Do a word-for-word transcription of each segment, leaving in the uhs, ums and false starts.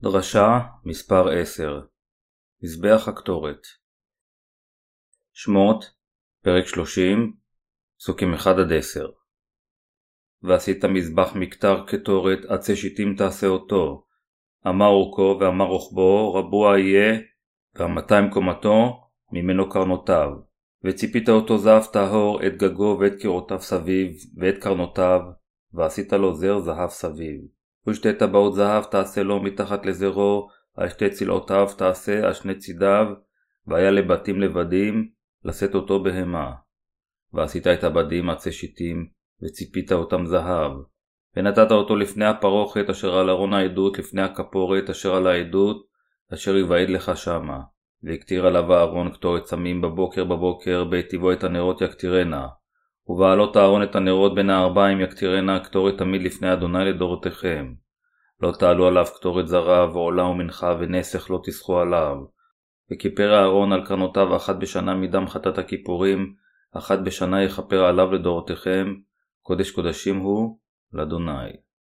דרשה מספר עשר. מזבח הקטורת. שמות, פרק שלושים, פסוקים אחד עד עשר. ועשית מזבח מקטר קטורת, עצי שיטים תעשה אותו. אמר אורכו ואמר רוחבו, רבוע יהיה, והמאתיים קומתו, ממנו קרנותיו. וציפית אותו זהב טהור, את גגו ואת קירותיו סביב, ואת קרנותיו, ועשית לו זר זהב סביב. ושתי טבעות זהב תעשה לו מתחת לזרו, על שתי צלעותיו תעשה על שני צידיו, והיה לבתים לבדים, לשאת אותו בהמה. ועשית את הבדים עצי שיטים, וציפית אותם זהב. ונתת אותו לפני הפרוכת אשר על ארון העדות, לפני הכפורת אשר על העדות, אשר יבעד לך שמה. והקטיר עליו הארון קטורת סמים בבוקר בבוקר, בהיטיבו את הנרות יקטירנה. ובעלות הארון את הנרות בין הארבעים יקטירנה קטורת תמיד לפני אדוני לדורותיכם. לא תעלו עליו קטורת זרה ועולה ומנחה ונסך לא תסחו עליו. וכיפר הארון על קרנותיו אחת בשנה מדם חטאת הכיפורים, אחת בשנה יכפר עליו לדורותיכם, קודש קודשים הוא לאדוני.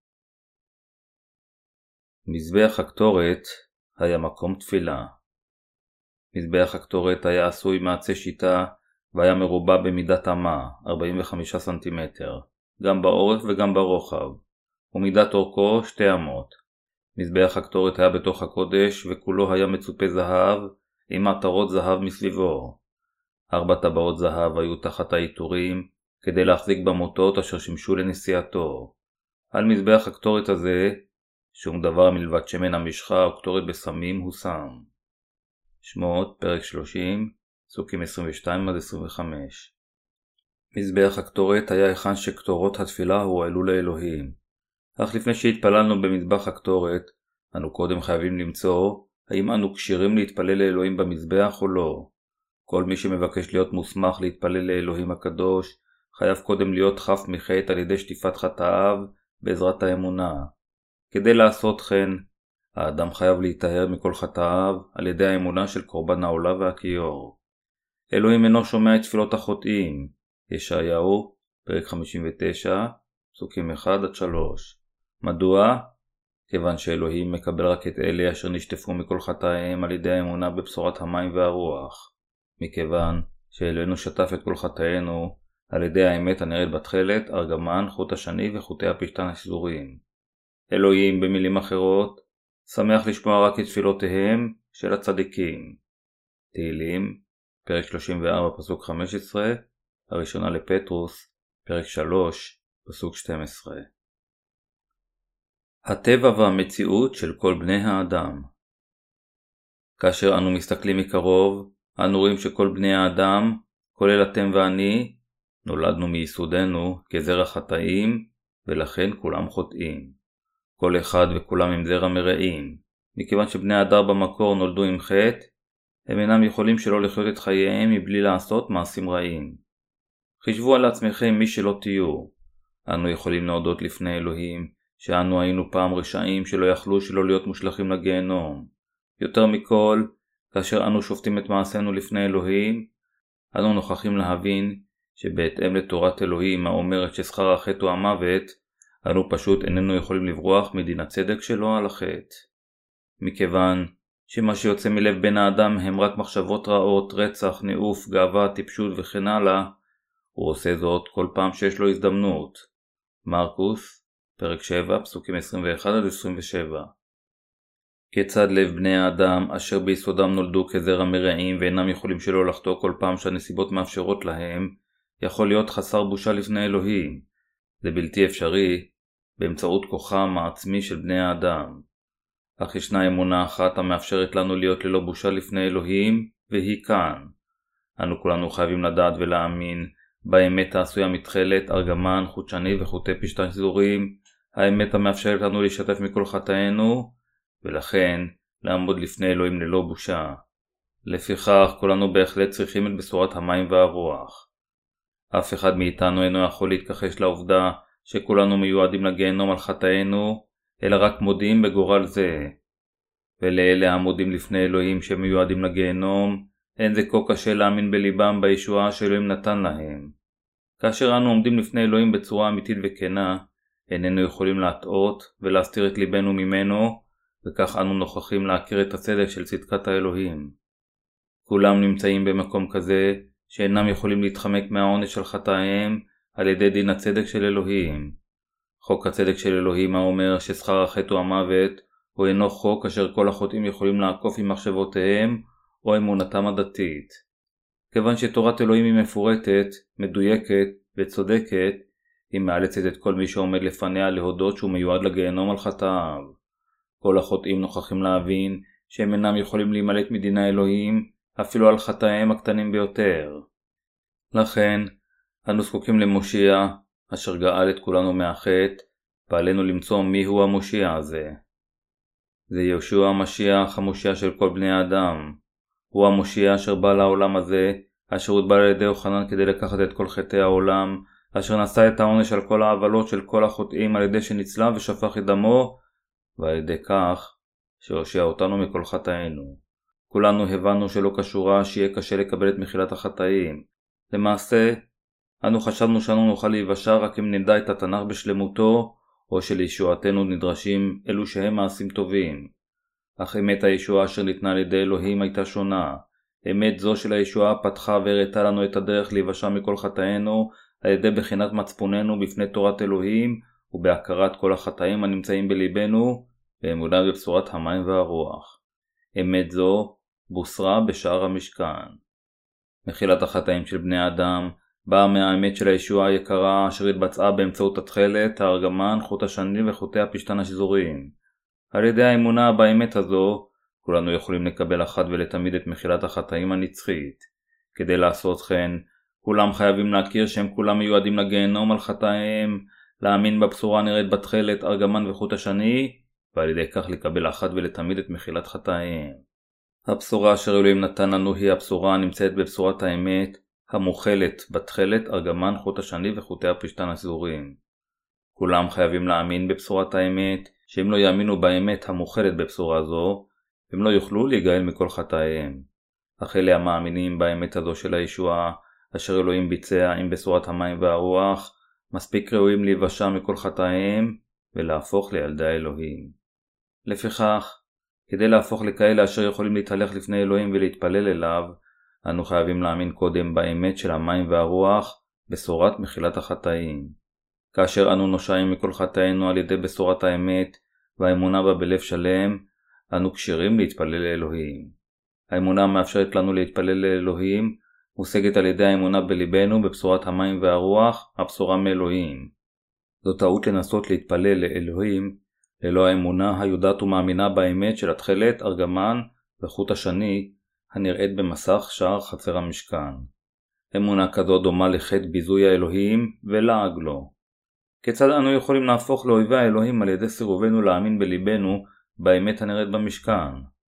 מזבח הקטורת היה מקום תפילה. מזבח הקטורת היה עשוי מעצי שיטה, והיה מרובע במידת אמה, ארבעים וחמישה סנטימטר, גם באורך וגם ברוחב, ומידת אורכו שתי אמות. מזבח הקטורת היה בתוך הקודש, וכולו היה מצופה זהב, עם עטרות זהב מסביבו. ארבע טבעות זהב היו תחת העיטורים, כדי להחזיק במוטות אשר שימשו לנשיאתו. על מזבח הקטורת הזה, שום דבר מלבד שמן המשחה או קטורת בסמים הוא שם. שמות, פרק שלושים, פסוקים עשרים ושתיים עד עשרים וחמש. מזבח הקטורת היה היכן שקטורות התפילה הועלו לאלוהים. אך לפני שהתפללנו במזבח הקטורת, אנו קודם חייבים למצוא האם אנו כשירים להתפלל לאלוהים במזבח או לא. כל מי שמבקש להיות מוסמך להתפלל לאלוהים הקדוש, חייב קודם להיות חף מחטא על ידי שטיפת חטאיו בעזרת האמונה. כדי לעשות כן, האדם חייב להיטהר מכל חטאיו על ידי האמונה של קורבן העולה והכיור. אלוהים אינו שומע את תפילות החוטאים. ישעיהו, פרק חמישים ותשע, פסוקים אחד עד שלוש. מדוע? כיוון שאלוהים מקבל רק את אלה אשר נשטפו מכל חטאיהם על ידי האמונה בבשורת המים והרוח. מכיוון שאלוהינו שטף את כל חטאינו על ידי האמת הנראית בתכלת, ארגמן, חוט השני וחוטי הפשתן השזורים. אלוהים, במילים אחרות, שמח לשמוע רק את תפילותיהם של הצדיקים. תהילים, פרק שלושים וארבע, פסוק חמש עשרה, הראשונה לפטרוס, פרק שלוש, פסוק שתים עשרה. הטבע והמציאות של כל בני האדם. כאשר אנו מסתכלים מקרוב, אנו רואים שכל בני האדם, כולל אתם ואני, נולדנו מיסודנו כזרע חטאים, ולכן כולם חוטאים. כל אחד וכולם עם זרע מרעים. מכיוון שבני האדם במקור נולדו עם חטא, הם אינם יכולים שלא לחיות את חייהם מבלי לעשות מעשים רעים. חשבו על עצמכם מי שלא תהיו. אנו יכולים להודות לפני אלוהים שאנו היינו פעם רשעים שלא יכלו שלא להיות מושלכים לגיהנום. יותר מכל, כאשר אנו שופטים את מעשינו לפני אלוהים, אנו נוכחים להבין שבהתאם לתורת אלוהים האומרת ששכר החטא הוא המוות, אנו פשוט איננו יכולים לברוח מדין הצדק שלו על החטא. מכיוון שמה שיוצא מלב בן האדם הם רק מחשבות רעות, רצח, נעוף, גאווה, טיפשות וכן הלאה, הוא עושה זאת כל פעם שיש לו הזדמנות. מרקוס, פרק שבע, פסוקים עשרים ואחת עד עשרים ושבע. כיצד לב בני האדם אשר ביסודם נולדו כזרע מרעים ואינם יכולים שלא לחטוא כל פעם שהנסיבות מאפשרות להם, יכול להיות חסר בושה לפני אלוהים. זה בלתי אפשרי באמצעות כוחם העצמי של בני האדם. אך ישנה אמונה אחת המאפשרת לנו להיות ללא בושה לפני אלוהים, והיא כאן. אנו כולנו חייבים לדעת ולהאמין באמת העשויה מתכלת, ארגמן, חוט שני וחוטי פשתן שזורים, האמת המאפשרת לנו להשתתף מכל חטאינו, ולכן לעמוד לפני אלוהים ללא בושה. לפיכך כולנו בהחלט צריכים את בשורת המים והרוח. אף אחד מאיתנו אינו יכול להתכחש לעובדה שכולנו מיועדים לגיהנום על חטאינו, אלא רק מודיעים בגורל זה. ולאלה המודים לפני אלוהים שמיועדים לגיהנום, אין זה כה קשה להאמין בליבם בישועה שאלוהים נתן להם. כאשר אנו עומדים לפני אלוהים בצורה אמיתית וכנה, איננו יכולים להטעות ולהסתיר את ליבנו ממנו, וכך אנו נוכחים להכיר את הצדק של צדקת האלוהים. כולם נמצאים במקום כזה שאינם יכולים להתחמק מהעונש של חטאיהם על ידי דין הצדק של אלוהים. חוק הצדק של אלוהים האומר ששכר החטא הוא המוות, הוא אינו חוק אשר כל החוטאים יכולים לעקוף עם מחשבותיהם או אמונתם הדתית. כיוון שתורת אלוהים היא מפורטת, מדויקת וצודקת, היא מאלצת את כל מי שעומד לפניה להודות שהוא מיועד לגיהנום על חטאיו. כל החוטאים נוכחים להבין שהם אינם יכולים להימלט מדין האלוהים אפילו על חטאיהם הקטנים ביותר. לכן, אנו זקוקים למושיע אשר גאל את כולנו מהחטא, ועלינו למצוא מיהו המושיע הזה. זה יהושע המשיח, המושיע של כל בני האדם. הוא המושיע אשר בא לעולם הזה, אשר הוטבל על ידי יוחנן כדי לקחת את כל חטאי העולם, אשר נשא את העונש על כל העוולות של כל החוטאים על ידי שנצלב ושפך את דמו, ועל ידי כך שהושיע אותנו מכל חטאינו. כולנו הבנו שלא קשורה שיהיה קשה לקבל את מחילת החטאים. למעשה, אנו חשבנו שאנו נוכל להיוושע רק אם נדע את התנ"ך בשלמותו, או שלישועתנו נדרשים אלו שהם מעשים טובים. אך אמת הישועה אשר ניתנה על ידי אלוהים הייתה שונה. אמת זו של הישועה פתחה והראתה לנו את הדרך להיוושע מכל חטאינו על ידי בחינת מצפוננו בפני תורת אלוהים ובהכרת כל החטאים הנמצאים בליבנו באמונה בבשורת המים והרוח. אמת זו בוסרה בשער המשכן. מחילת החטאים של בני האדם באה מהאמת של הישועה היקרה אשר התבצעה באמצעות התכלת, הארגמן, חוט השני וחוטי הפשתן השזורים. על ידי האמונה באמת הזו, כולנו יכולים לקבל אחת ולתמיד את מחילת החטאים הנצחית. כדי לעשות כן, כולם חייבים להכיר שהם כולם מיועדים לגיהנום על חטאיהם, להאמין בבשורה הנראית בתכלת, ארגמן וחוט השני, ועל ידי כך לקבל אחת ולתמיד את מחילת חטאיהם. הבשורה אשר אלוהים נתן לנו היא הבשורה הנמצאת בבשורת האמת, המוחלת בתכלת, ארגמן, חוט השני וחוטי הפשתן השזורים. כולם חייבים להאמין בבשורת האמת, שאם לא יאמינו באמת המוחלת בבשורה זו, הם לא יוכלו להיגאל מכל חטאיהם. אך אלה המאמינים באמת הזו של הישועה, אשר אלוהים ביצע עם בשורת המים והרוח, מספיק ראויים להיוושע מכל חטאיהם ולהפוך לילדי האלוהים. לפיכך, כדי להפוך לכאלה אשר יכולים להתהלך לפני אלוהים ולהתפלל אליו, אנו חייבים להאמין קודם באמת של המים והרוח, בשורת מחילת החטאים. כאשר אנו נושעים מכל חטאינו על ידי בשורת האמת והאמונה בה בלב שלם, אנו כשירים להתפלל לאלוהים. האמונה מאפשרת לנו להתפלל לאלוהים, מושגת על ידי האמונה בליבנו בבשורת המים והרוח, הבשורה מאלוהים. זו טעות לנסות להתפלל לאלוהים ללא האמונה היודעת ומאמינה באמת של התכלת, ארגמן וחוט השני, הנראית במסך שער חצר המשכן. אמונה כזו דומה לחטא ביזוי האלוהים ולעג לו. כיצד אנו יכולים להפוך לאויבי האלוהים על ידי סירובנו להאמין בליבנו באמת הנראית במשכן?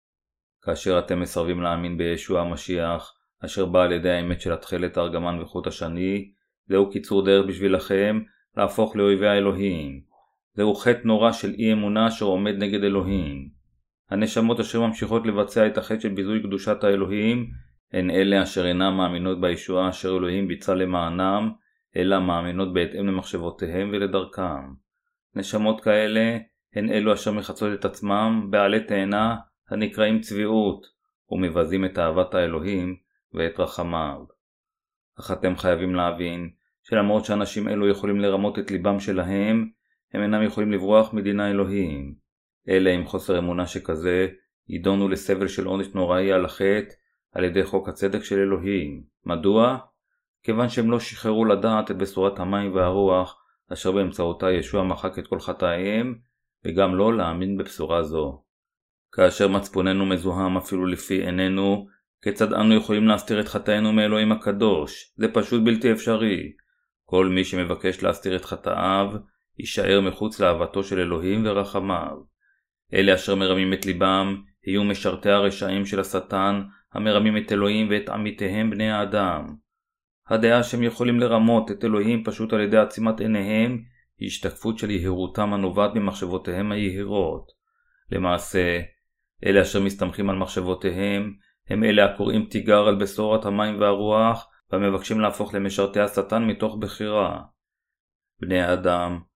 כאשר אתם מסרבים להאמין בישוע המשיח, אשר בא על ידי האמת של התכלת, הארגמן וחוט השני, זהו קיצור דרך בשבילכם להפוך לאויבי האלוהים. זהו חטא נורא של אי אמונה אשר עומד נגד אלוהים. הנשמות אשר ממשיכות לבצע את החטא של ביזוי קדושת האלוהים, הן אלה אשר אינן מאמינות בישועה אשר אלוהים ביצע למענם, אלא מאמינות בהתאם למחשבותיהם ולדרכם. נשמות כאלה הן אלו אשר מחצות את עצמם בעלי תאנה הנקראים צביעות, ומבזים את אהבת האלוהים ואת רחמיו. אך אתם חייבים להבין שלמרות שאנשים אלו יכולים לרמות את ליבם שלהם, הם אינם יכולים לברוח מדין האלוהים. אלה עם חוסר אמונה שכזה יידונו לסבל של עונש נוראי על החטא על ידי חוק הצדק של אלוהים. מדוע? כיוון שהם לא שחררו לדעת את בשורת המים והרוח אשר באמצעותה ישוע מחק את כל חטאיהם, וגם לא להאמין בבשורה זו. כאשר מצפוננו מזוהם אפילו לפי עינינו, כיצד אנו יכולים להסתיר את חטאינו מאלוהים הקדוש? זה פשוט בלתי אפשרי. כל מי שמבקש להסתיר את חטאיו יישאר מחוץ לאהבתו של אלוהים ורחמיו. אלה אשר מרמים את ליבם יהיו משרתי הרשעים של השטן, המרמים את אלוהים ואת עמיתיהם בני האדם. הדעה שהם יכולים לרמות את אלוהים פשוט על ידי עצימת עיניהם היא השתקפות של יהירותם הנובעת ממחשבותיהם היהירות. למעשה, אלה אשר מסתמכים על מחשבותיהם הם אלה הקוראים תיגר על בשורת המים והרוח ומבקשים להפוך למשרתי השטן מתוך בחירה. בני האדם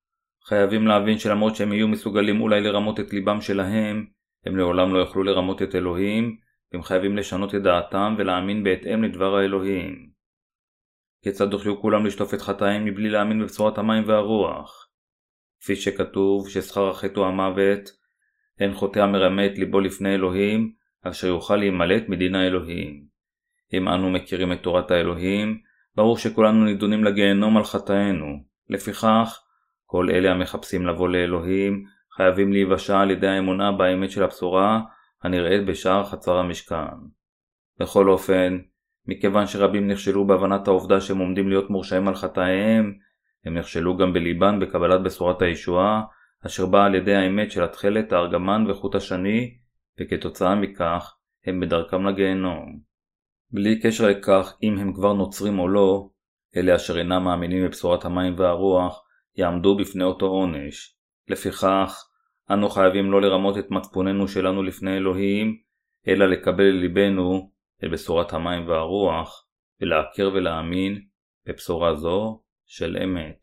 חייבים להבין שלמרות שהם יהיו מסוגלים אולי לרמות את ליבם שלהם, הם לעולם לא יוכלו לרמות את אלוהים, והם חייבים לשנות את דעתם ולהאמין בהתאם לדבר האלוהים. כיצד יוכלו כולם לשטוף את חטאים מבלי להאמין בבשורת המים והרוח? כפי שכתוב ששכר החטא הוא המוות, אין חוטא המרמה את ליבו לפני אלוהים, אשר יוכל להימלט מדין האלוהים. אם אנו מכירים את תורת האלוהים, ברור שכולנו נידונים לגיהנום על חטאינו. לפיכך, כל אלה המחפשים לבוא לאלוהים, חייבים להיוושע על ידי האמונה באמת של הבשורה, הנראית בשער חצר המשכן. בכל אופן, מכיוון שרבים נכשלו בהבנת העובדה שהם עומדים להיות מורשעים על חטאיהם, הם נכשלו גם בליבן בקבלת בשורת הישועה, אשר באה על ידי האמת של התכלת, הארגמן וחוט השני, וכתוצאה מכך הם בדרכם לגיהנום. בלי קשר לכך אם הם כבר נוצרים או לא, אלה אשר אינם מאמינים בבשורת המים והרוח, יעמדו בפני אותו עונש. לפיכך, אנו חייבים לא לרמות את מצפוננו שלנו לפני אלוהים, אלא לקבל לליבנו את בשורת המים והרוח, ולהכיר ולהאמין בבשורה זו של אמת.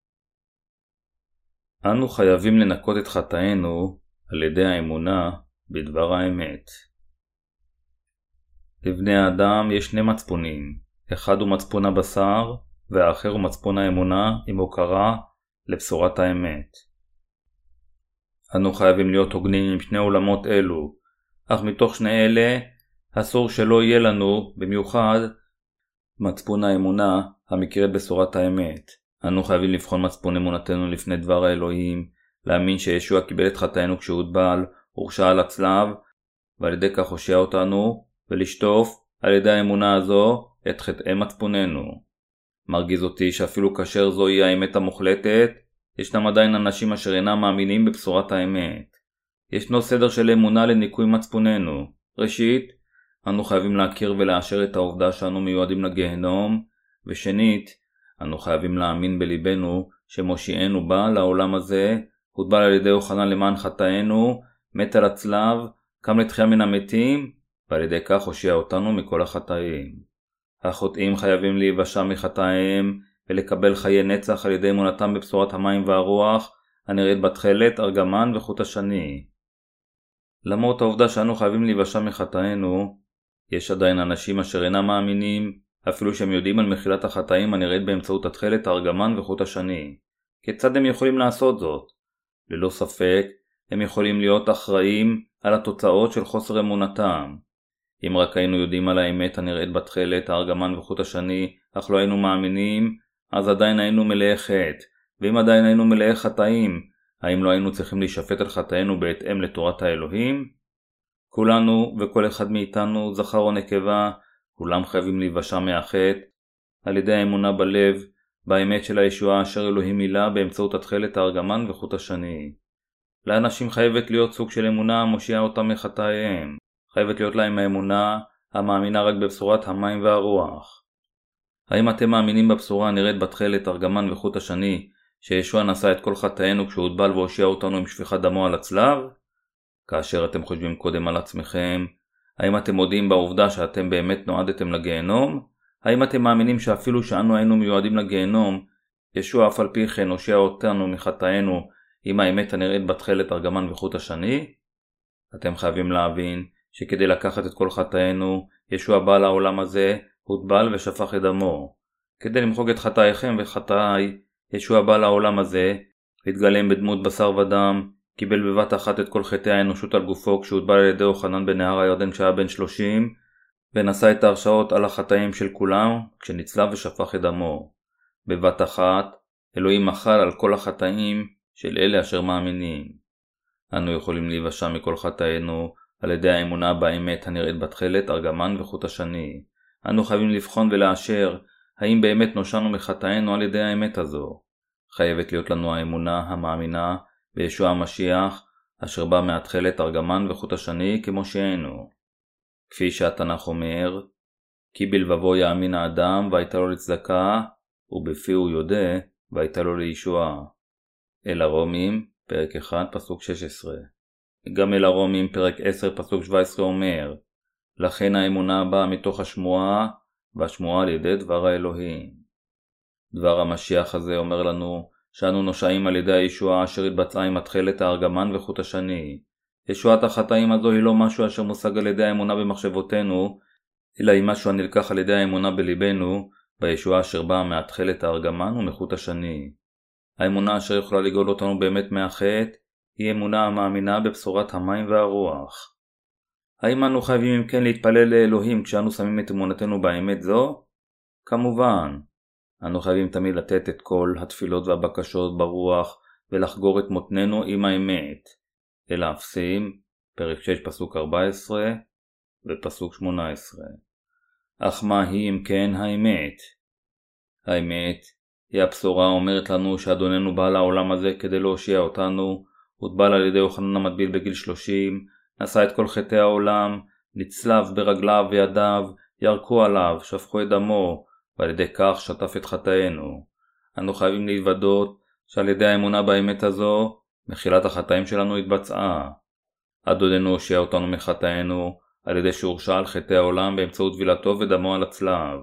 אנו חייבים לנקות את חטאינו על ידי האמונה בדבר האמת. לבני האדם יש שני מצפונים, אחד הוא מצפון הבשר, והאחר הוא מצפון האמונה עם הוקרה לבשורת האמת. אנו חייבים להיות הוגנים עם שני עולמות אלו, אך מתוך שני אלה אסור שלא יהיה לנו, במיוחד, מצפון האמונה המכיר את בשורת האמת. אנו חייבים לבחון מצפון אמונתנו לפני דבר האלוהים, להאמין שישוע קיבל את חטאינו כשהוטבל, הורשע על הצלב, ועל ידי כך הושיע אותנו, ולשטוף על ידי האמונה הזו את חטאי מצפוננו. מרגיז אותי שאפילו כאשר זוהי האמת המוחלטת, ישנם עדיין אנשים אשר אינם מאמינים בבשורת האמת. ישנו סדר של אמונה לניקוי מצפוננו. ראשית, אנו חייבים להכיר ולאשר את העובדה שאנו מיועדים לגיהנום, ושנית, אנו חייבים להאמין בליבנו שמושיענו בא לעולם הזה, הוטבל על ידי יוחנן למען חטאינו, מת על הצלב, קם לתחייה מן המתים, ועל ידי כך הושיע אותנו מכל החטאים. החוטאים חייבים להיוושע מחטאיהם ולקבל חיי נצח על ידי אמונתם בבשורת המים והרוח, הנראית בתכלת, ארגמן וחוט השני. למרות העובדה שאנו חייבים להיוושע מחטאינו, יש עדיין אנשים אשר אינם מאמינים, אפילו שהם יודעים על מחילת החטאים הנראית באמצעות התכלת, הארגמן וחוט השני. כיצד הם יכולים לעשות זאת? ללא ספק, הם יכולים להיות אחראים על התוצאות של חוסר אמונתם. אם רק היינו יודעים על האמת הנראית בתכלת, הארגמן וחוט השני, אך לא היינו מאמינים, אז עדיין היינו מלאי חטא. ואם עדיין היינו מלאי חטאים, האם לא היינו צריכים להישפט על חטאינו בהתאם לתורת האלוהים? כולנו וכל אחד מאיתנו, זכר או נקבה, כולם חייבים להיוושע מהחטא, על ידי האמונה בלב, באמת של הישועה אשר אלוהים מילה באמצעות התכלת, הארגמן וחוט השני. לאנשים חייבת להיות סוג של אמונה המושיעה אותם מחטאיהם. חייבת להיות להם האמונה המאמינה רק בבשורת המים והרוח. האם אתם מאמינים בבשורה הנראית בתכלת, ארגמן וחוט השני, שישוע נשא את כל חטאינו כשהוטבל והושיע אותנו עם שפיכת דמו על הצלב? כאשר אתם חושבים קודם על עצמכם, האם אתם מודים בעובדה שאתם באמת נועדתם לגיהנום? האם אתם מאמינים שאפילו שאנו היינו מיועדים לגיהנום, ישוע אף על פי כן הושיע אותנו מחטאינו עם האמת הנראית בתכלת, ארגמן וחוט השני? אתם חייבים להבין שכדי לקחת את כל חטאינו, ישוע בא לעולם הזה, הוטבל ושפך את דמו. כדי למחוק את חטאיכם וחטאי, ישוע בא לעולם הזה, התגלם בדמות בשר ודם, קיבל בבת אחת את כל חטאי האנושות על גופו כשהוטבל על ידי יוחנן בנהר הירדן כשהיה בן שלושים, ונשא את ההרשעות על החטאים של כולם כשנצלב ושפך את דמו. בבת אחת, אלוהים מחל על כל החטאים של אלה אשר מאמינים. אנו יכולים להיוושע מכל חטאינו על ידי האמונה באמת הנראית בתכלת, ארגמן וחוט השני. אנו חייבים לבחון ולאשר האם באמת נושענו מחטאינו על ידי האמת הזו. חייבת להיות לנו האמונה המאמינה בישוע המשיח אשר בא מהתכלת, ארגמן וחוט השני כמושיענו. כפי שהתנ"ך אומר, כי בלבבו יאמין האדם והייתה לו לצדקה, ובפיו יודה והייתה לו לישועה. אל הרומים, פרק אחד, פסוק שש עשרה. גם אל הרומים, פרק עשר, פסוק שבע עשרה אומר, לכן האמונה באה מתוך השמועה, והשמועה על ידי דבר האלוהים. דבר המשיח הזה אומר לנו שאנו נושעים על ידי הישועה אשר התבצעה עם התחלת הארגמן וחוט השני. ישועת החטאים הזו היא לא משהו אשר מושג על ידי האמונה במחשבותינו, אלא היא משהו הנלקח על ידי האמונה בליבנו, בישועה אשר באה מהתחלת הארגמן ומחוט השני. האמונה אשר יכולה לגאול אותנו באמת מהחטא, היא אמונה המאמינה בבשורת המים והרוח. האם אנו חייבים אם כן להתפלל לאלוהים כשאנו שמים את אמונתנו באמת זו? כמובן. אנו חייבים תמיד לתת את כל התפילות והבקשות ברוח ולחגור את מותננו עם האמת. אל האפסים, פרק שש פסוק ארבע עשרה ופסוק שמונה עשרה. אך מה היא אם כן האמת? האמת היא הבשורה אומרת לנו שאדוננו בא לעולם הזה כדי להושיע אותנו, הוטבל על ידי יוחנן המטביל בגיל שלושים, נשא את כל חטאי העולם, נצלב ברגליו וידיו, ירקו עליו, שפכו את דמו, ועל ידי כך שטף את חטאינו. אנו חייבים להתוודות שעל ידי האמונה באמת הזו, מחילת החטאים שלנו התבצעה. אדוננו הושיע אותנו מחטאינו, על ידי שהורשע על חטאי העולם באמצעות טבילתו ודמו על הצלב.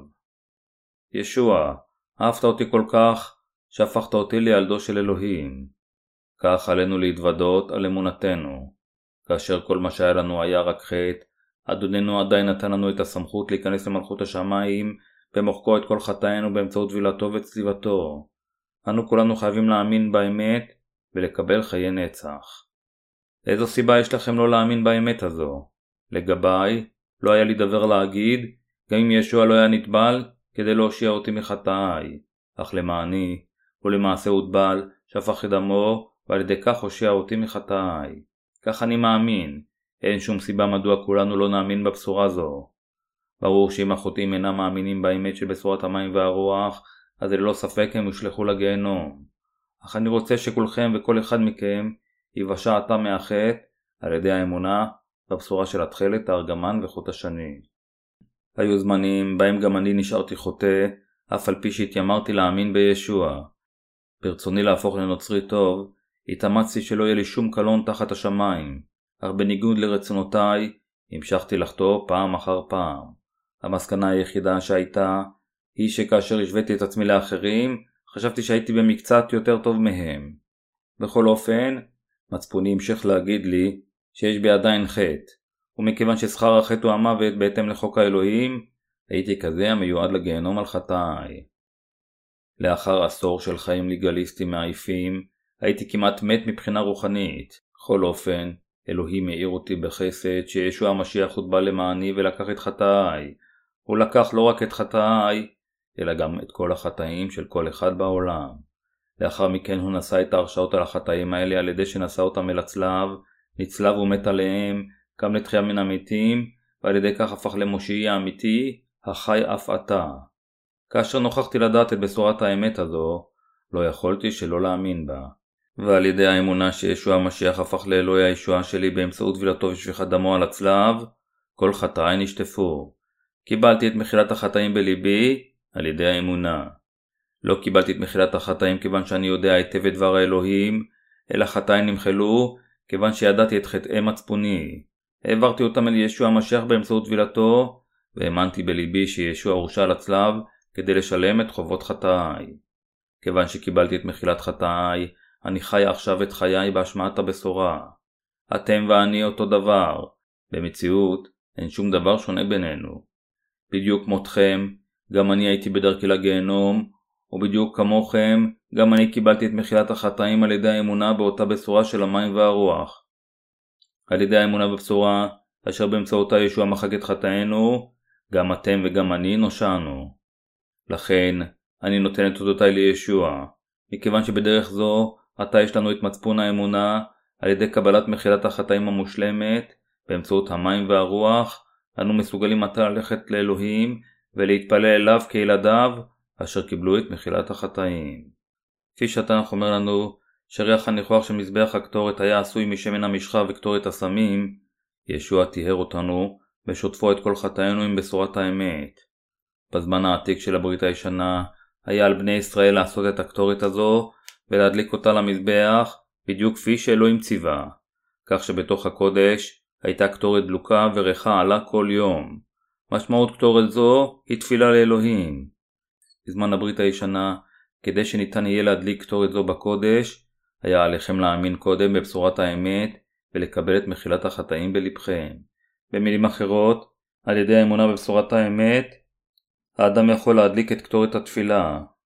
ישוע, אהבת אותי כל כך, שהפכת אותי לילדו של אלוהים. כך עלינו להתוודות על אמונתנו. כאשר כל מה שהיה לנו היה רק חטא, אדוננו עדיין נתן לנו את הסמכות להיכנס למלכות השמיים, במוחקו את כל חטאינו באמצעות טבילתו וצליבתו. אנו כולנו חייבים להאמין באמת ולקבל חיי נצח. איזו סיבה יש לכם לא להאמין באמת הזו? לגביי, לא היה לי דבר להגיד, גם אם ישוע לא היה נטבל כדי להושיע אותי מחטאיי. אך למעני, ולמעשה הוטבל, שפך את דמו, ועל ידי כך הושיע אותי מחטאיי. כך אני מאמין. אין שום סיבה מדוע כולנו לא נאמין בבשורה זו. ברור שאם החוטאים אינם מאמינים באמת של בשורת המים והרוח, אז ללא ספק הם יושלחו לגיהנום. אך אני רוצה שכולכם וכל אחד מכם יבשע עתה מהחטא על ידי האמונה בבשורה של התחלת, הארגמן וחוט השני. היו זמנים בהם גם אני נשארתי חוטא, אף על פי שהתיימרתי להאמין בישוע. ברצוני להפוך לנוצרי טוב, התאמצתי שלא יהיה לי שום קלון תחת השמיים, אך בניגוד לרצונותיי, המשכתי לחטוא פעם אחר פעם. המסקנה היחידה שהייתה, היא שכאשר השוויתי את עצמי לאחרים, חשבתי שהייתי במקצת יותר טוב מהם. בכל אופן, מצפוני המשך להגיד לי שיש בי עדיין חטא, ומכיוון ששכר החטא הוא המוות בהתאם לחוק האלוהים, הייתי כזה המיועד לגיהנום על חטאיי. לאחר עשור של חיים לגליסטיים מעייפים, הייתי כמעט מת מבחינה רוחנית. בכל אופן, אלוהים העיר אותי בחסד שישוע המשיח הוטבל למעני ולקח את חטאיי. הוא לקח לא רק את חטאיי, אלא גם את כל החטאים של כל אחד בעולם. לאחר מכן הוא נשא את ההרשעות על החטאים האלה על ידי שנשא אותם אל הצלב, נצלב ומת עליהם, קם לתחייה מן המתים, ועל ידי כך הפך למושיעי האמיתי, החי אף עתה. כאשר נוכחתי לדעת את בשורת האמת הזו, לא יכולתי שלא להאמין בה. ועל ידי האמונה שישוע המשיח הפך לאלוהי הישועה שלי באמצעות טבילתו ושפיכת דמו על הצלב, כל חטאיי נשטפו. קיבלתי את מחילת החטאים בליבי על ידי האמונה. לא קיבלתי את מחילת החטאים כיוון שאני יודע היטב את דבר האלוהים, אלא חטאיי נמחלו כיוון שידעתי את חטאי מצפוני. העברתי אותם אל ישוע המשיח באמצעות טבילתו, והאמנתי בליבי שישוע הורשע על הצלב כדי לשלם את חובות חטאיי. כיוון שקיבלתי את מחילת חטאיי, אני חי עכשיו את חיי בהשמעת הבשורה. אתם ואני אותו דבר. במציאות אין שום דבר שונה בינינו. בדיוק כמותכם, גם אני הייתי בדרכי לגיהנום, ובדיוק כמוכם, גם אני קיבלתי את מחילת החטאים על ידי האמונה באותה בשורה של המים והרוח. על ידי האמונה בבשורה, אשר באמצעותה ישוע מחק את חטאינו, גם אתם וגם אני נושענו. לכן, אני נותן את תודותיי לישוע, מכיוון שבדרך זו, עתה יש לנו את מצפון האמונה, על ידי קבלת מחילת החטאים המושלמת, באמצעות המים והרוח, אנו מסוגלים עתה ללכת לאלוהים, ולהתפלל אליו כילדיו, אשר קיבלו את מחילת החטאים. כפי שהתנ"ך אומר לנו, שריח הניחוח של מזבח הקטורת היה עשוי משמן המשחה וקטורת הסמים, ישוע טיהר אותנו, ושוטפו את כל חטאינו עם בשורת האמת. בזמן העתיק של הברית הישנה, היה על בני ישראל לעשות את הקטורת הזו, ולהדליק אותה למזבח, בדיוק כפי שאלוהים ציווה. כך שבתוך הקודש, הייתה קטורת דלוקה וריחה עלה כל יום. משמעות קטורת זו היא תפילה לאלוהים. בזמן הברית הישנה, כדי שניתן יהיה להדליק קטורת זו בקודש, היה עליכם להאמין קודם בבשורת האמת ולקבל את מחילת החטאים בלבכם. במילים אחרות, על ידי האמונה בבשורת האמת, האדם יכול להדליק את קטורת התפילה.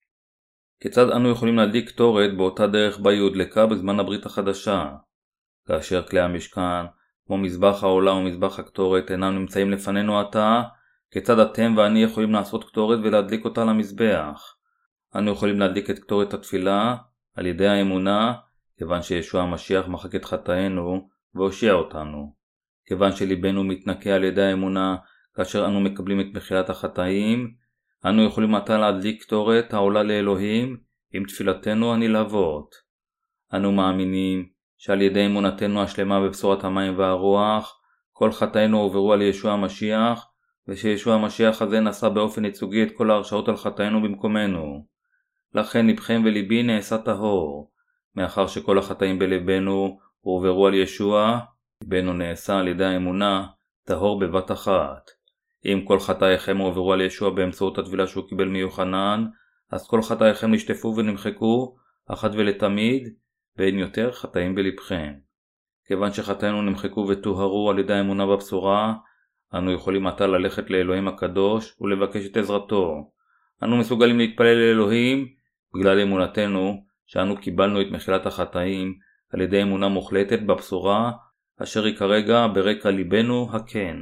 כיצד אנו יכולים להדליק קטורת באותה דרך בה היא הודלקה בזמן הברית החדשה? כאשר כלי המשכן, כמו מזבח העולה ומזבח הקטורת, אינם נמצאים לפנינו עתה, כיצד אתם ואני יכולים לעשות קטורת ולהדליק אותה למזבח? אנו יכולים להדליק את קטורת התפילה על ידי האמונה, כיוון שישוע המשיח מחק את חטאינו והושיע אותנו. כיוון שליבנו מתנקה על ידי האמונה כאשר אנו מקבלים את מחילת החטאים, אנו יכולים עתה להדליק קטורת העולה לאלוהים עם תפילתנו הנלהבות. אנו מאמינים שעל ידי אמונתנו השלמה בבשורת המים והרוח, כל חטאינו עוברו על ישוע המשיח, ושישוע המשיח הזה נשא באופן ייצוגי את כל ההרשעות על חטאינו במקומנו. לכן לבכם וליבי נעשה טהור. מאחר שכל החטאים בלבנו עוברו על ישוע, ליבנו נעשה על ידי האמונה טהור בבת אחת. אם כל חטאיכם עוברו על ישוע באמצעות הטבילה שהוא קיבל מיוחנן, אז כל חטאיכם נשטפו ונמחקו אחת ולתמיד, ואין יותר חטאים בלבכם. כיוון שחטאינו נמחקו וטוהרו על ידי האמונה בבשורה, אנו יכולים עתה ללכת לאלוהים הקדוש ולבקש את עזרתו. אנו מסוגלים להתפלל לאלוהים בגלל אמונתנו שאנו קיבלנו את מחילת החטאים על ידי אמונה מוחלטת בבשורה אשר היא כרגע ברקע ליבנו הכן.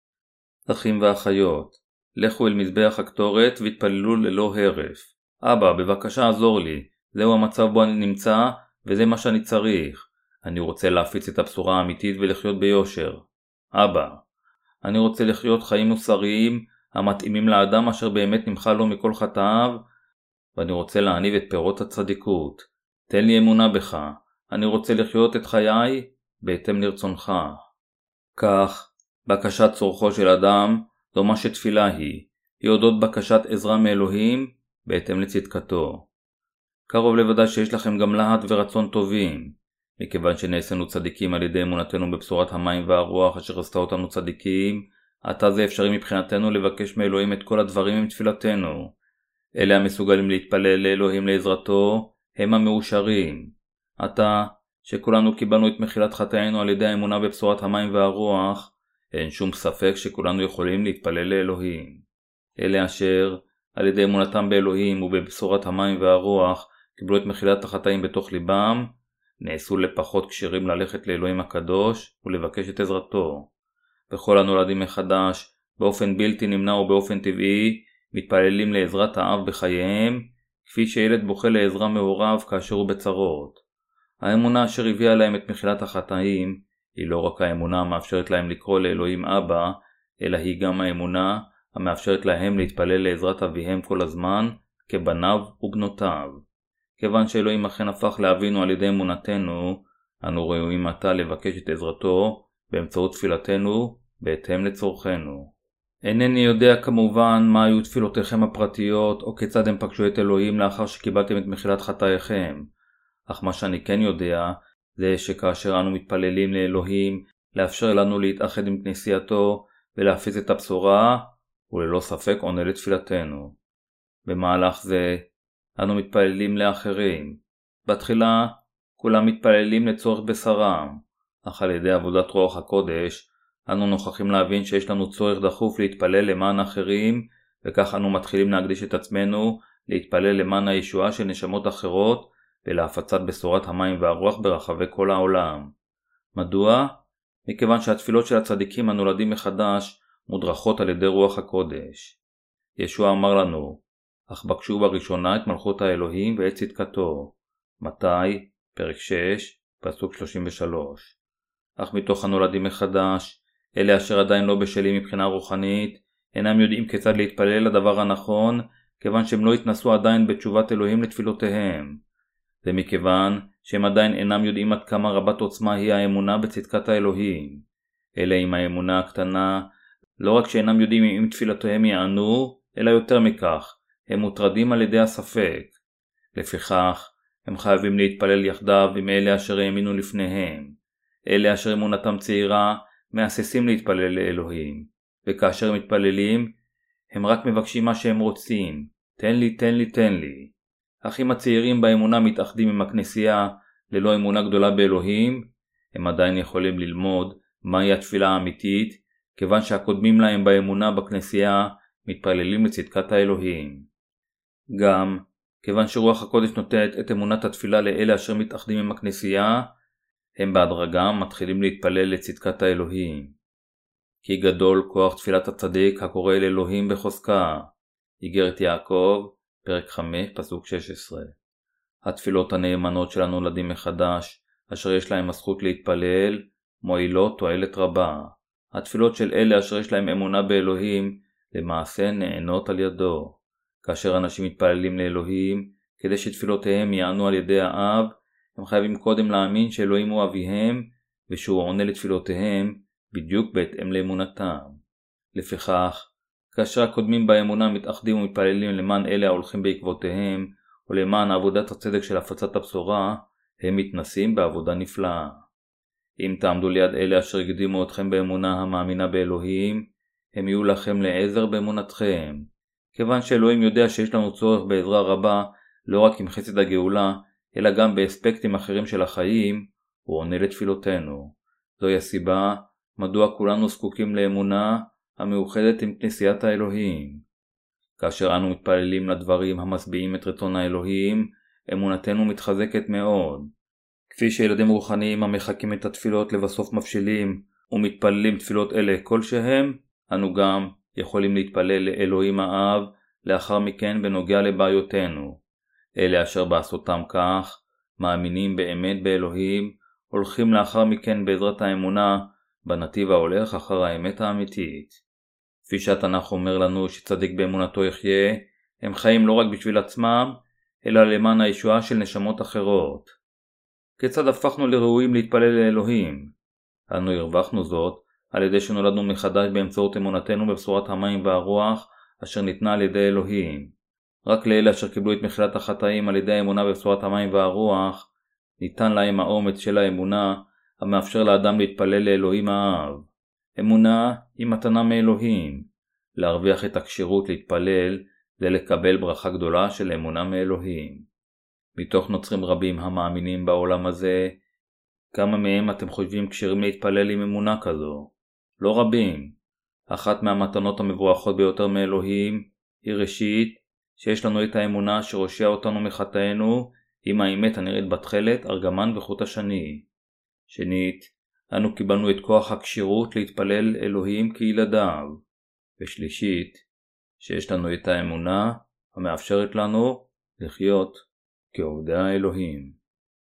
אחים ואחיות, לכו אל מזבח הקטורת והתפללו ללא הרף. אבא, בבקשה עזור לי, זהו המצב בו אני נמצא וזה מה שאני צריך. אני רוצה להפיץ את הבשורה האמיתית ולחיות ביושר. אבא, אני רוצה לחיות חיים מוסריים המתאימים לאדם אשר באמת נמחל לו מכל חטאיו, ואני רוצה להניב את פירות הצדיקות. תן לי אמונה בך, אני רוצה לחיות את חיי בהתאם לרצונך. כך, בקשת צורכו של אדם זו מה שתפילה היא, היא אודות בקשת עזרה מאלוהים בהתאם לצדקתו. קרוב לוודאי שיש לכם גם להט ורצון טובים, מכיוון שנעשינו צדיקים על ידי אמונתנו בבשורת המים והרוח אשר עשתה אותנו צדיקים, עתה זה אפשרי מבחינתנו לבקש מאלוהים את כל הדברים עם תפילתנו. אלה המסוגלים להתפלל לאלוהים לעזרתו, הם המאושרים. עתה, שכולנו קיבלנו את מחילת חטאינו על ידי האמונה בבשורת המים והרוח, אין שום ספק שכולנו יכולים להתפלל לאלוהים. אלה אשר, על ידי אמונתם באלוהים ובבשורת המים והרוח, קיבלו את מחילת החטאים בתוך ליבם, נעשו לפחות קשירים ללכת לאלוהים הקדוש ולבקש את עזרתו. וכל הנולדים מחדש, באופן בלתי נמנע ובאופן טבעי, מתפללים לעזרת האב בחייהם, כפי שילד בוכה לעזרה מהוריו כאשר הוא בצרות. האמונה אשר הביאה להם את מחילת החטאים, היא לא רק האמונה המאפשרת להם לקרוא לאלוהים אבא, אלא היא גם האמונה המאפשרת להם להתפלל לעזרת אביהם כל הזמן, כבניו ובנותיו. כיוון שאלוהים אכן הפך לאבינו על ידי אמונתנו, אנו ראויים עתה לבקש את עזרתו באמצעות תפילתנו בהתאם לצורכנו. אינני יודע כמובן מה היו תפילותיכם הפרטיות או כיצד הם פגשו את אלוהים לאחר שקיבלתם את מחילת חטאיכם, אך מה שאני כן יודע זה שכאשר אנו מתפללים לאלוהים לאפשר לנו להתאחד עם כנסייתו ולהפיץ את הבשורה, הוא ללא ספק עונה לתפילתנו. במהלך זה אנו מתפללים לאחרים. בתחילה כולם מתפללים לצורך בשרם, אך על ידי עבודת רוח הקודש אנו נוכחים להבין שיש לנו צורך דחוף להתפלל למען אחרים, וכך אנו מתחילים להקדיש את עצמנו להתפלל למען הישועה של נשמות אחרות ולהפצת בשורת המים והרוח ברחבי כל העולם. מדוע? מכיוון שהתפילות של הצדיקים הנולדים מחדש מודרכות על ידי רוח הקודש. ישוע אמר לנו, אך בקשו בראשונה את מלכות האלוהים ואת צדקתו. מתי? פרק שש, פסוק שלושים ושלוש. אך מתוך הנולדים מחדש, אלה אשר עדיין לא בשלים מבחינה רוחנית, אינם יודעים כיצד להתפלל לדבר הנכון, כיוון שהם לא התנסו עדיין בתשובת אלוהים לתפילותיהם. ומכיוון שהם עדיין אינם יודעים עד כמה רבת עוצמה היא האמונה בצדקת האלוהים. אלה עם האמונה הקטנה, לא רק שאינם יודעים אם תפילותיהם יענו, אלא יותר מכך, הם מוטרדים על ידי הספק. לפיכך, הם חייבים להתפלל יחדיו עם אלה אשר האמינו לפניהם. אלה אשר אמונתם צעירה, מהססים להתפלל לאלוהים, וכאשר מתפללים, הם רק מבקשים מה שהם רוצים, תן לי, תן לי, תן לי. האחים הצעירים באמונה מתאחדים עם הכנסייה ללא אמונה גדולה באלוהים, הם עדיין יכולים ללמוד מהי התפילה האמיתית, כיוון שהקודמים להם באמונה בכנסייה מתפללים לצדקת האלוהים. גם, כיוון שרוח הקודש נותנת את אמונת התפילה לאלה אשר מתאחדים עם הכנסייה, הם בהדרגה מתחילים להתפלל לצדקת האלוהים. כי גדול כוח תפילת הצדיק הקורא אל אלוהים בחוזקה. איגרת יעקב, פרק חמש, פסוק שש עשרה. התפילות הנאמנות של הנולדים מחדש, אשר יש להם הזכות להתפלל, מועילות תועלת רבה. התפילות של אלה אשר יש להם אמונה באלוהים, למעשה נענות על ידו. כאשר אנשים מתפללים לאלוהים, כדי שתפילותיהם יענו על ידי האב, הם חייבים קודם להאמין שאלוהים הוא אביהם, ושהוא עונה לתפילותיהם בדיוק בהתאם לאמונתם. לפיכך, כאשר הקודמים באמונה מתאחדים ומתפללים למען אלה ההולכים בעקבותיהם, או למען עבודת הצדק של הפצת הבשורה, הם מתנסים בעבודה נפלאה. אם תעמדו ליד אלה אשר הקדימו אתכם באמונה המאמינה באלוהים, הם יהיו לכם לעזר באמונתכם. כיוון שאלוהים יודע שיש לנו צורך בעזרה רבה, לא רק עם חסד הגאולה, אלא גם באספקטים אחרים של החיים, הוא עונה לתפילותינו. זוהי הסיבה מדוע כולנו זקוקים לאמונה המאוחדת עם כנסיית האלוהים. כאשר אנו מתפללים לדברים המשביעים את רצון האלוהים, אמונתנו מתחזקת מאוד. כפי שילדים רוחניים המחכים את התפילות לבסוף מבשילים ומתפללים תפילות אלה כלשהם, אנו גם יכולים להתפלל לאלוהים האב לאחר מכן בנוגע לבעיותינו. אלה אשר בעשותם כך, מאמינים באמת באלוהים, הולכים לאחר מכן בעזרת האמונה בנתיב ההולך אחר האמת האמיתית. כפי שהתנ"ך אומר לנו שצדיק באמונתו יחיה, הם חיים לא רק בשביל עצמם, אלא למען הישועה של נשמות אחרות. כיצד הפכנו לראויים להתפלל לאלוהים? אנו הרווחנו זאת על ידי שנולדנו מחדש באמצעות אמונתנו בבשורת המים והרוח אשר ניתנה על ידי אלוהים. רק לאלה אשר קיבלו את מחילת החטאים על ידי האמונה בבשורת המים והרוח, ניתן להם האומץ של האמונה המאפשר לאדם להתפלל לאלוהים האב. אמונה היא מתנה מאלוהים. להרוויח את הכשירות להתפלל זה לקבל ברכה גדולה של אמונה מאלוהים. מתוך נוצרים רבים המאמינים בעולם הזה, כמה מהם אתם חושבים כשירים להתפלל עם אמונה כזו? לא רבים. אחת מהמתנות המבורכות ביותר מאלוהים היא ראשית שיש לנו את האמונה שהושיע אותנו מחטאינו עם האמת הנראית בתכלת, ארגמן וחוט השני. שנית, אנו קיבלנו את כוח הכשירות להתפלל אלוהים כילדיו. ושלישית, שיש לנו את האמונה המאפשרת לנו לחיות כעובדי האלוהים.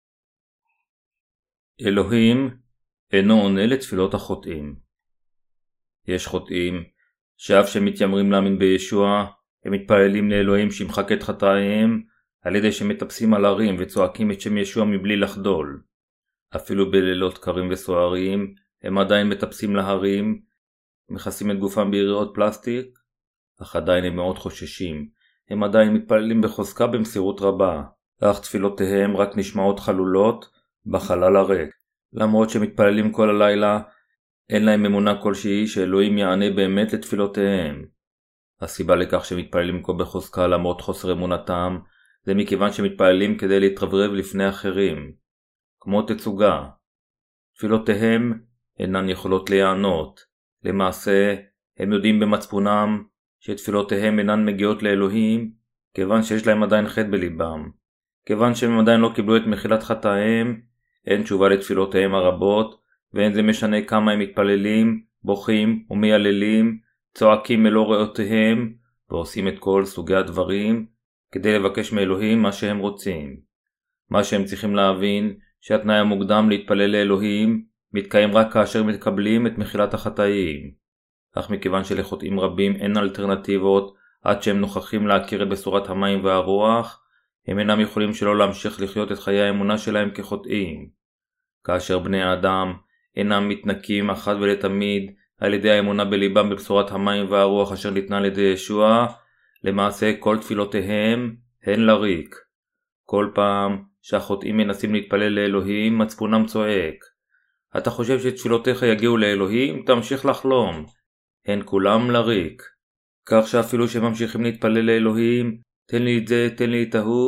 אלוהים אינו עונה לתפילות החוטאים. יש חוטאים שאף שמתיימרים להאמין בישוע, הם מתפללים לאלוהים שימחק את חטאיהם על ידי שמטפסים על הרים וצועקים את שם ישוע מבלי לחדול. אפילו בלילות קרים וסוערים הם עדיין מטפסים להרים, מכסים את גופם ביריעות פלסטיק, אך עדיין הם מאוד חוששים. הם עדיין מתפללים בחוזקה במסירות רבה, אך תפילותיהם רק נשמעות חלולות בחלל הריק. למרות שמתפללים כל הלילה, אין להם אמונה כלשהי שאלוהים יענה באמת לתפילותיהם. הסיבה לכך שמתפללים כה בחוזקה למרות חוסר אמונתם, זה מכיוון שמתפללים כדי להתרברב לפני אחרים, כמו תצוגה. תפילותיהם אינן יכולות להיענות. למעשה, הם יודעים במצפונם שתפילותיהם אינן מגיעות לאלוהים, כיוון שיש להם עדיין חטא בליבם. כיוון שהם עדיין לא קיבלו את מחילת חטאיהם, אין תשובה לתפילותיהם הרבות, ואין זה משנה כמה הם מתפללים, בוכים ומייללים, צועקים מלא ראותיהם, ועושים את כל סוגי הדברים, כדי לבקש מאלוהים מה שהם רוצים. מה שהם צריכים להבין, שהתנאי המוקדם להתפלל לאלוהים, מתקיים רק כאשר מקבלים את מחילת החטאים. אך מכיוון שלחוטאים רבים אין אלטרנטיבות, עד שהם נוכחים להכיר את בשורת המים והרוח, הם אינם יכולים שלא להמשיך לחיות את חיי האמונה שלהם כחוטאים. כאשר בני האדם אינם מתנקים אחת ולתמיד על ידי האמונה בליבם בבשורת המים והרוח אשר ניתנה על ידי ישוע, למעשה כל תפילותיהם הן לריק. כל פעם שהחוטאים מנסים להתפלל לאלוהים, מצפונם צועק. אתה חושב שתפילותיך יגיעו לאלוהים? תמשיך לחלום. הן כולם לריק. כך שאפילו שממשיכים להתפלל לאלוהים, תן לי את זה, תן לי את ההוא,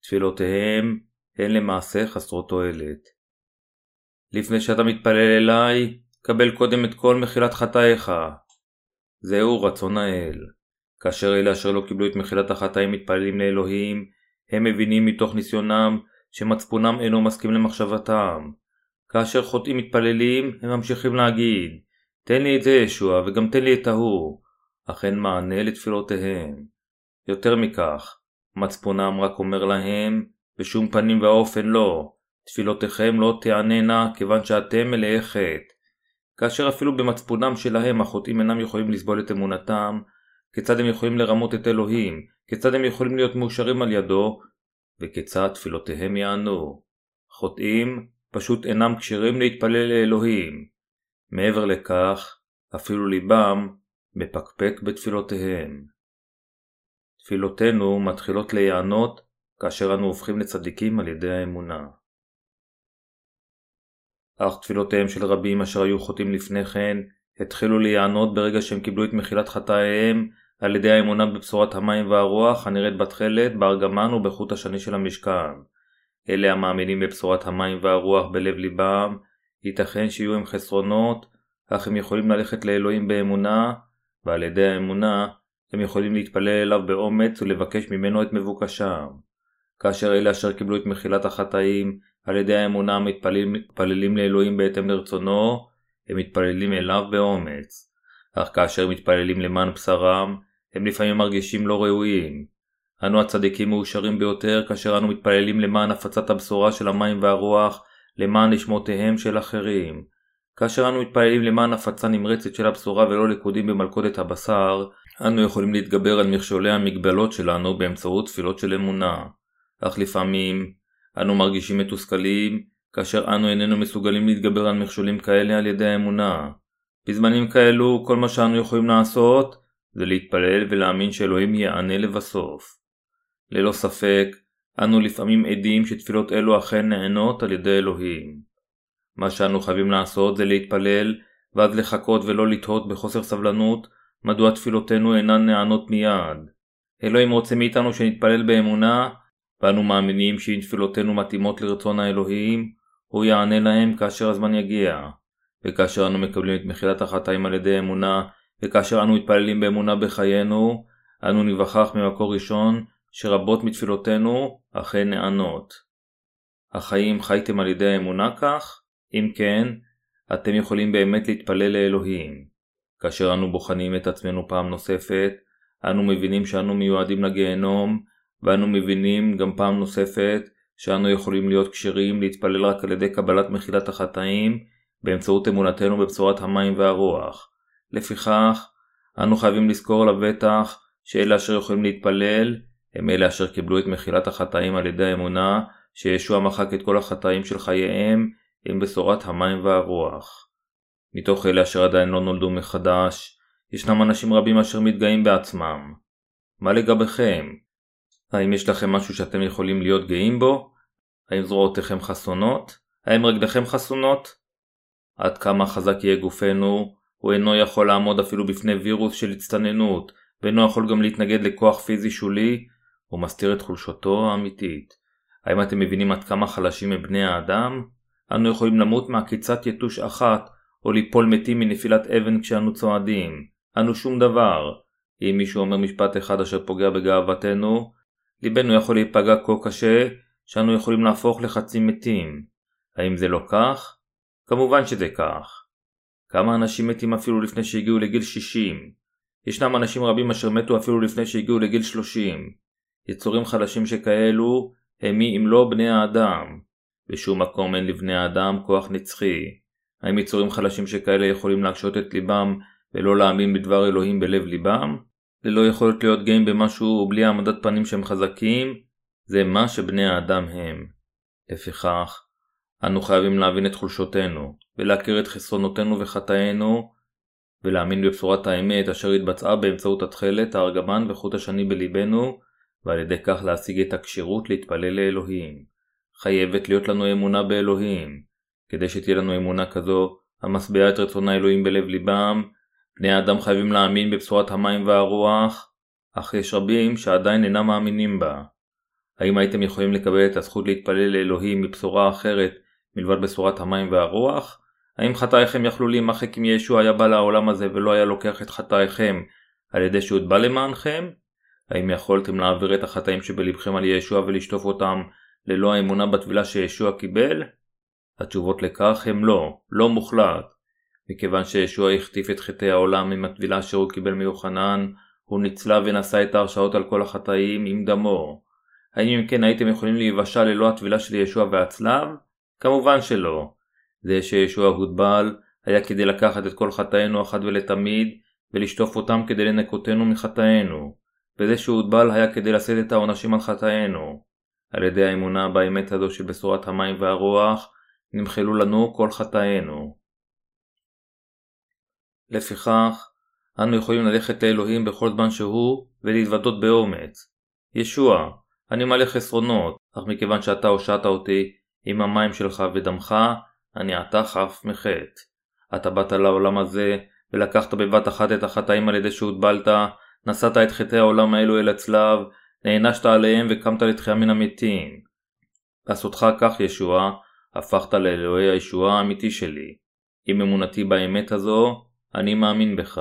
תפילותיהם הן למעשה חסרות תועלת. לפני שאתה מתפלל אליי, קבל קודם את כל מחילת חטאיך. זהו רצון האל. כאשר אלה אשר לא קיבלו את מחילת החטאים מתפללים לאלוהים, הם מבינים מתוך ניסיונם שמצפונם אינו מסכים למחשבתם. כאשר חוטאים מתפללים, הם ממשיכים להגיד, תן לי את זה ישוע וגם תן לי את ההוא. אך אין מענה לתפילותיהם. יותר מכך, מצפונם רק אומר להם, בשום פנים ואופן לא, תפילותיכם לא תעננה כיוון שאתם מלאי חטא. כאשר אפילו במצפונם שלהם החוטאים אינם יכולים לסבול את אמונתם, כיצד הם יכולים לרמות את אלוהים, כיצד הם יכולים להיות מאושרים על ידו, וכיצד תפילותיהם יענו. חוטאים פשוט אינם כשירים להתפלל לאלוהים. מעבר לכך, אפילו ליבם מפקפק בתפילותיהם. תפילותינו מתחילות להיענות כאשר אנו הופכים לצדיקים על ידי האמונה. אך תפילותיהם של רבים אשר היו חוטאים לפני כן התחילו להיענות ברגע שהם קיבלו את מחילת חטאיהם על ידי האמונה בבשורת המים והרוח הנראית בתכלת, בארגמן ובחוט השני של המשכן. אלה המאמינים בבשורת המים והרוח בלב ליבם, ייתכן שיהיו הם חסרונות, אך הם יכולים ללכת לאלוהים באמונה, ועל ידי האמונה הם יכולים להתפלל אליו באומץ ולבקש ממנו את מבוקשם. כאשר אלה אשר קיבלו את מחילת החטאים על ידי האמונה מתפללים, מתפללים לאלוהים בהתאם לרצונו, הם מתפללים אליו באומץ. אך כאשר מתפללים למען בשרם, הם לפעמים מרגישים לא ראויים. אנו הצדיקים מאושרים ביותר כאשר אנו מתפללים למען הפצת הבשורה של המים והרוח, למען נשמותיהם של אחרים. כאשר אנו מתפללים למען הפצה נמרצת של הבשורה ולא לכודים במלכודת הבשר, אנו יכולים להתגבר על מכשולי המגבלות שלנו באמצעות תפילות של אמונה. אך לפעמים אנו מרגישים מתוסכלים כאשר אנו איננו מסוגלים להתגבר על מכשולים כאלה על ידי האמונה. בזמנים כאלו כל מה שאנו יכולים לעשות זה להתפלל ולהאמין שאלוהים יענה לבסוף. ללא ספק, אנו לפעמים עדים שתפילות אלו אכן נענות על ידי אלוהים. מה שאנו חייבים לעשות זה להתפלל ואז לחכות ולא לתהות בחוסר סבלנות מדוע תפילותינו אינן נענות מיד. אלוהים רוצה מאיתנו שנתפלל באמונה, ואנו מאמינים שאם תפילותינו מתאימות לרצון האלוהים, הוא יענה להם כאשר הזמן יגיע. וכאשר אנו מקבלים את מחילת החטאים על ידי אמונה, וכאשר אנו מתפללים באמונה בחיינו, אנו נבחח ממקור ראשון שרבות מתפילותינו אכן נענות. החיים חייתם על ידי האמונה כך? אם כן, אתם יכולים באמת להתפלל לאלוהים. כאשר אנו בוחנים את עצמנו פעם נוספת, אנו מבינים שאנו מיועדים לגיהנום, ואנו מבינים גם פעם נוספת שאנו יכולים להיות כשירים להתפלל רק על ידי קבלת מחילת החטאים באמצעות אמונתנו בבשורת המים והרוח. לפיכך, אנו חייבים לזכור לבטח שאלה אשר יכולים להתפלל הם אלה אשר קיבלו את מחילת החטאים על ידי האמונה שישוע מחק את כל החטאים של חייהם עם בשורת המים והרוח. מתוך אלה אשר עדיין לא נולדו מחדש, ישנם אנשים רבים אשר מתגאים בעצמם. מה לגביכם? האם יש לכם משהו שאתם יכולים להיות גאים בו? האם זרועותיכם חסונות? האם רגליכם חסונות? עד כמה חזק יהיה גופנו, הוא אינו יכול לעמוד אפילו בפני וירוס של הצטננות, ואינו יכול גם להתנגד לכוח פיזי שולי, הוא מסתיר את חולשתו האמיתית. האם אתם מבינים עד כמה חלשים מבני האדם? אנו יכולים למות מעקיצת יתוש אחת, או ליפול מתים מנפילת אבן כשאנו צועדים. אנו שום דבר. אם מישהו אומר משפט אחד אשר פוגע בגאוותנו, ליבנו יכול להיפגע כה קשה, שאנו יכולים להפוך לחצי מתים. האם זה לא כך? כמובן שזה כך. כמה אנשים מתים אפילו לפני שהגיעו לגיל שישים? ישנם אנשים רבים אשר מתו אפילו לפני שהגיעו לגיל שלושים. יצורים חלשים שכאלו הם מי אם לא בני האדם. בשום מקום אין לבני האדם כוח נצחי. האם יצורים חלשים שכאלה יכולים להקשות את ליבם ולא להאמין בדבר אלוהים בלב ליבם? ללא יכולת להיות גאים במשהו ובלי העמדת פנים שהם חזקים, זה מה שבני האדם הם. לפיכך, אנו חייבים להבין את חולשותנו, ולהכיר את חסרונותינו וחטאינו, ולהאמין בבשורת האמת אשר התבצעה באמצעות התכלת, הארגמן וחוט השני בליבנו, ועל ידי כך להשיג את הקשירות להתפלל לאלוהים. חייבת להיות לנו אמונה באלוהים. כדי שתהיה לנו אמונה כזו, המשביעה את רצון האלוהים בלב ליבם, בני האדם חייבים להאמין בבשורת המים והרוח, אך יש רבים שעדיין אינם מאמינים בה. האם הייתם יכולים לקבל את הזכות להתפלל לאלוהים בבשורה אחרת מלבד בשורת המים והרוח? האם חטאיכם יכלו להימחק אם ישוע היה בא לעולם הזה ולא היה לוקח את חטאיכם על ידי שהוטבע למענכם? האם יכולתם להעביר את החטאים שבלבכם על ישוע ולשטוף אותם ללא האמונה בטבילה שישוע קיבל? התשובות לכך הם לא, לא מוחלט. מכיוון שישוע החטיף את חטאי העולם עם הטבילה אשר הוא קיבל מיוחנן, הוא נצלב ונשא את ההרשעות על כל החטאים עם דמו. האם אם כן הייתם יכולים להיוושע ללא הטבילה של ישוע והצלב? כמובן שלא. זה שישוע הוטבל היה כדי לקחת את כל חטאינו אחת ולתמיד ולשטוף אותם כדי לנקותנו מחטאינו, וזה שהוטבל היה כדי לשאת את העונשים על חטאינו. על ידי האמונה באמת הזו של בשורת המים והרוח נמחלו לנו כל חטאינו. לפיכך, אנו יכולים ללכת לאלוהים בכל זמן שהוא ולהתוודות באומץ. ישוע, אני מלא חסרונות, אך מכיוון שאתה הושעת אותי עם המים שלך ודמך, אני עתה חף מחטא. אתה באת לעולם הזה ולקחת בבת אחת את החטאים על ידי שהוטבלת, נשאת את חטאי העולם האלו אל הצלב, נענשת עליהם וקמת לתחייה מן המתים. לעשותך כך ישוע, הפכת לאלוהי הישועה האמיתי שלי. עם אמונתי באמת הזו, אני מאמין בך.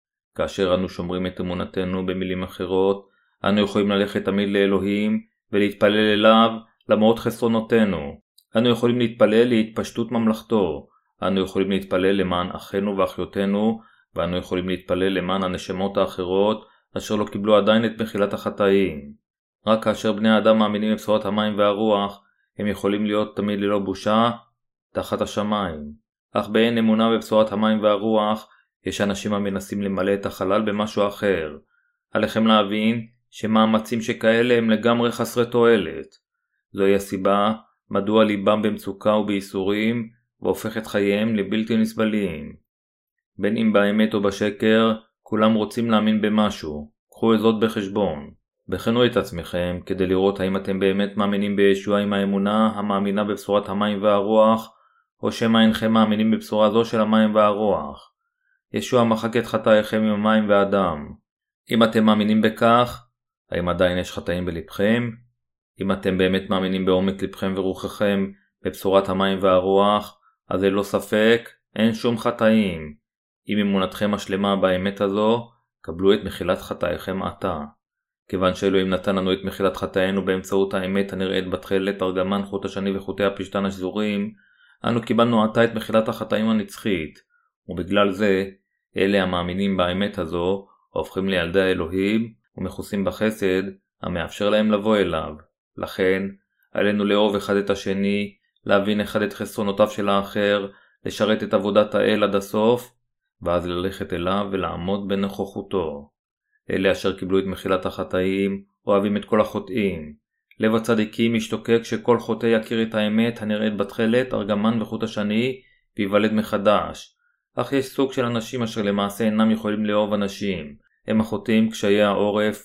כאשר אנו שומרים את אמונתנו במילים אחרות, אנו יכולים ללכת תמיד לאלוהים ולהתפלל אליו למרות חסרונותינו. אנו יכולים להתפלל להתפשטות ממלכתו. אנו יכולים להתפלל למען אחינו ואחיותינו, ואנו יכולים להתפלל למען הנשמות האחרות אשר לא קיבלו עדיין את מחילת החטאים. רק כאשר בני האדם מאמינים בבשורת המים והרוח, הם יכולים להיות תמיד ללא בושה תחת השמיים. אך באין אמונה בבשורת המים והרוח, יש אנשים המנסים למלא את החלל במשהו אחר. עליכם להבין שמאמצים שכאלה הם לגמרי חסרי תועלת. זוהי הסיבה מדוע ליבם במצוקה ובייסורים והופך את חייהם לבלתי נסבלים. בין אם באמת או בשקר, כולם רוצים להאמין במשהו. קחו את זאת בחשבון. בחנו את עצמכם כדי לראות האם אתם באמת מאמינים בישוע עם האמונה המאמינה בבשורת המים והרוח, או שמא אינכם מאמינים בבשורה זו של המים והרוח. ישוע מחק את חטאיכם עם המים והדם. אם אתם מאמינים בכך, האם עדיין יש חטאים בלבכם? אם אתם באמת מאמינים בעומק לבכם ורוחכם בבשורת המים והרוח, אז ללא ספק אין שום חטאים. עם אמונתכם השלמה באמת הזו, קבלו את מחילת חטאיכם עתה. כיוון שאלוהים נתן לנו את מחילת חטאינו באמצעות האמת הנראית בתכלת, ארגמן, חוט השני וחוטי הפשתן השזורים, אנו קיבלנו עתה את מחילת החטאים הנצחית, ובגלל זה, אלה המאמינים באמת הזו, הופכים לילדי האלוהים ומכוסים בחסד המאפשר להם לבוא אליו. לכן, עלינו לאהוב אחד את השני, להבין אחד את חסרונותיו של האחר, לשרת את עבודת האל עד הסוף, ואז ללכת אליו ולעמוד בנוכחותו. אלה אשר קיבלו את מחילת החטאים, אוהבים את כל החוטאים. לב הצדיקים משתוקק שכל חוטא יכיר את האמת הנראית בתכלת, ארגמן וחוט השני, ויוולד מחדש. אך יש סוג של אנשים אשר למעשה אינם יכולים לאהוב אנשים. הם החוטאים קשיי העורף,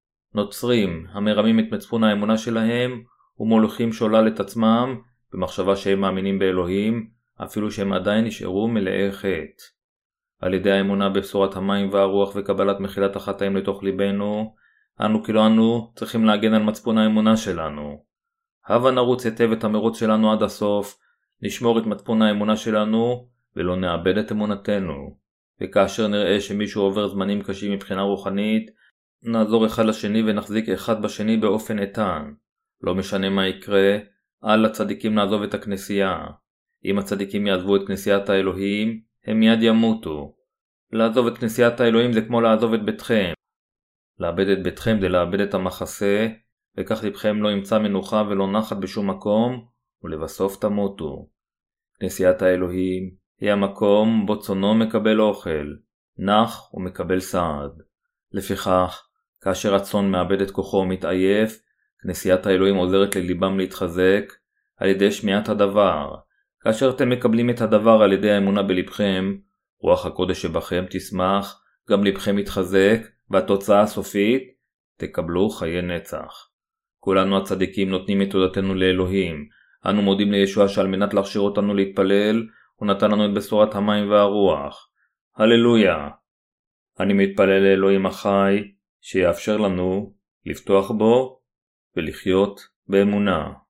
נוצרים, המרמים את מצפון האמונה שלהם, ומולכים שולל את עצמם, במחשבה שהם מאמינים באלוהים, אפילו שהם עדיין נשארו מלאי חטא. על ידי האמונה בבשורת המים והרוח וקבלת מחילת החטאים לתוך ליבנו, אנו כאילו אנו צריכים להגן על מצפון האמונה שלנו. הבה נרוץ היטב את המרוץ שלנו עד הסוף, נשמור את מצפון האמונה שלנו ולא נאבד את אמונתנו. וכאשר נראה שמישהו עובר זמנים קשים מבחינה רוחנית, נעזור אחד לשני ונחזיק אחד בשני באופן איתן. לא משנה מה יקרה, על הצדיקים לעזוב את הכנסייה. אם הצדיקים יעזבו את כנסיית האלוהים, הם מיד ימותו. לעזוב את כנסיית האלוהים זה כמו לעזוב את ביתכם. לאבד את ביתכם זה לאבד את המחסה, וכך לבכם לא ימצא מנוחה ולא נחת בשום מקום, ולבסוף תמותו. כנסיית האלוהים היא המקום בו צונו מקבל אוכל, נח ומקבל סעד. לפיכך, כאשר הצאן מאבד את כוחו ומתעייף, כנסיית האלוהים עוזרת לליבם להתחזק על ידי שמיעת הדבר. כאשר אתם מקבלים את הדבר על ידי האמונה בלבכם, רוח הקודש שבכם תשמח, גם לבכם יתחזק, והתוצאה הסופית, תקבלו חיי נצח. כולנו הצדיקים נותנים את תודתנו לאלוהים. אנו מודים לישוע שעל מנת להכשיר אותנו להתפלל, הוא נתן לנו את בשורת המים והרוח. הללויה! אני מתפלל לאלוהים החי, שיאפשר לנו לפתוח בו ולחיות באמונה.